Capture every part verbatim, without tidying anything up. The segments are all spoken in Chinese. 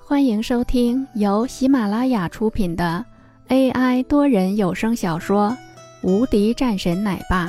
欢迎收听由喜马拉雅出品的 A I 多人有声小说《无敌战神奶爸》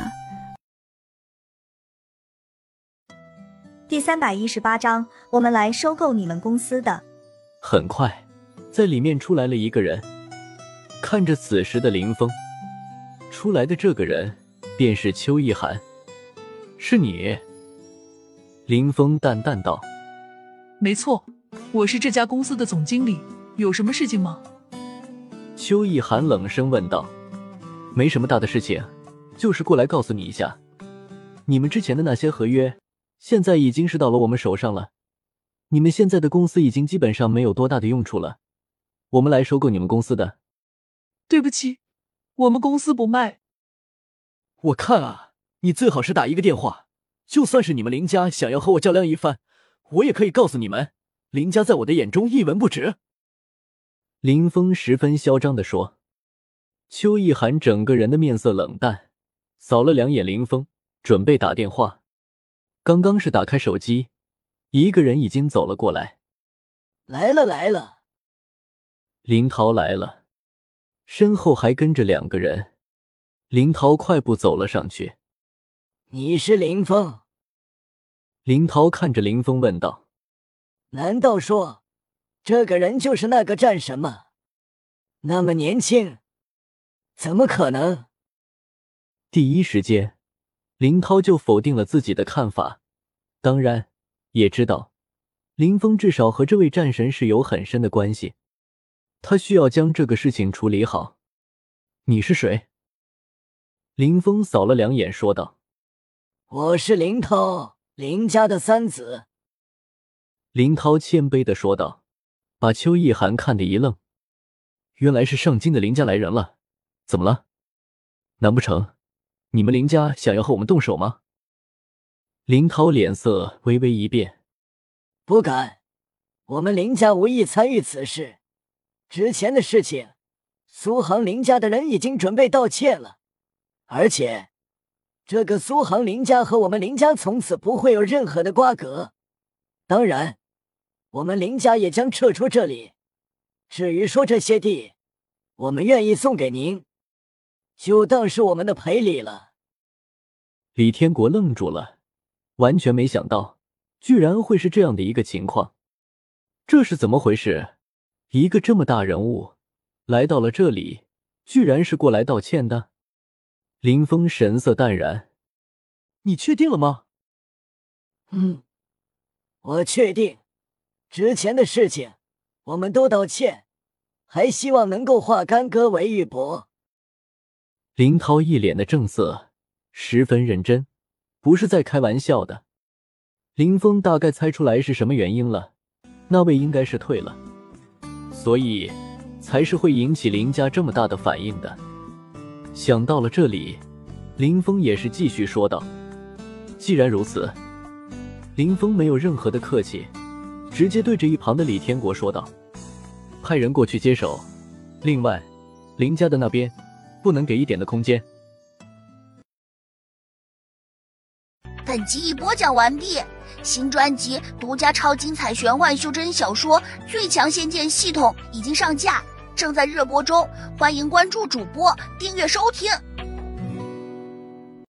第三百一十八章，我们来收购你们公司的。 很快，在里面出来了一个人，看着此时的林峰，出来的这个人便是邱意涵。是你？林峰淡淡道。 没错，我是这家公司的总经理，有什么事情吗？ 邱意涵冷声问道。没什么大的事情，就是过来告诉你一下，你们之前的那些合约现在已经是到了我们手上了，你们现在的公司已经基本上没有多大的用处了，我们来收购你们公司的。 对不起，我们公司不卖。 我看啊，你最好是打一个电话，就算是你们林家想要和我较量一番，我也可以告诉你们，林家在我的眼中一文不值。林峰十分嚣张地说。邱意涵整个人的面色冷淡，扫了两眼林峰，准备打电话。刚刚是打开手机，一个人已经走了过来。 来了来了。 林涛来了，身后还跟着两个人。林涛快步走了上去。 你是林峰？ 林涛看着林峰问道。 难道说这个人就是那个战神吗？那么年轻，怎么可能？ 第一时间林涛就否定了自己的看法，当然也知道林峰至少和这位战神是有很深的关系，他需要将这个事情处理好。你是谁？林峰扫了两眼说道。 我是林涛，林家的三子。 林涛谦卑地说道，把邱意涵看得一愣。原来是上京的林家来人了，怎么了？难不成你们林家想要和我们动手吗？林涛脸色微微一变。 不敢，我们林家无意参与此事。之前的事情，苏杭林家的人已经准备道歉了，而且这个苏杭林家和我们林家从此不会有任何的瓜葛。当然，我们林家也将撤出这里。至于说这些地，我们愿意送给您，就当是我们的赔礼了。 李天国愣住了，完全没想到居然会是这样的一个情况。这是怎么回事？一个这么大人物来到了这里，居然是过来道歉的。林峰神色淡然。你确定了吗？ 嗯，我确定。之前的事情我们都道歉，还希望能够化干戈为玉帛。 林涛一脸的正色，十分认真，不是在开玩笑的。林峰大概猜出来是什么原因了，那位应该是退了，所以才是会引起林家这么大的反应的。想到了这里，林峰也是继续说道。既然如此，林峰没有任何的客气，直接对着一旁的李天国说道，派人过去接手，另外林家的那边不能给一点的空间。 本集已播讲完毕，新专辑独家超精彩玄幻修真小说《最强仙剑系统》已经上架，正在热播中，欢迎关注主播，订阅收听。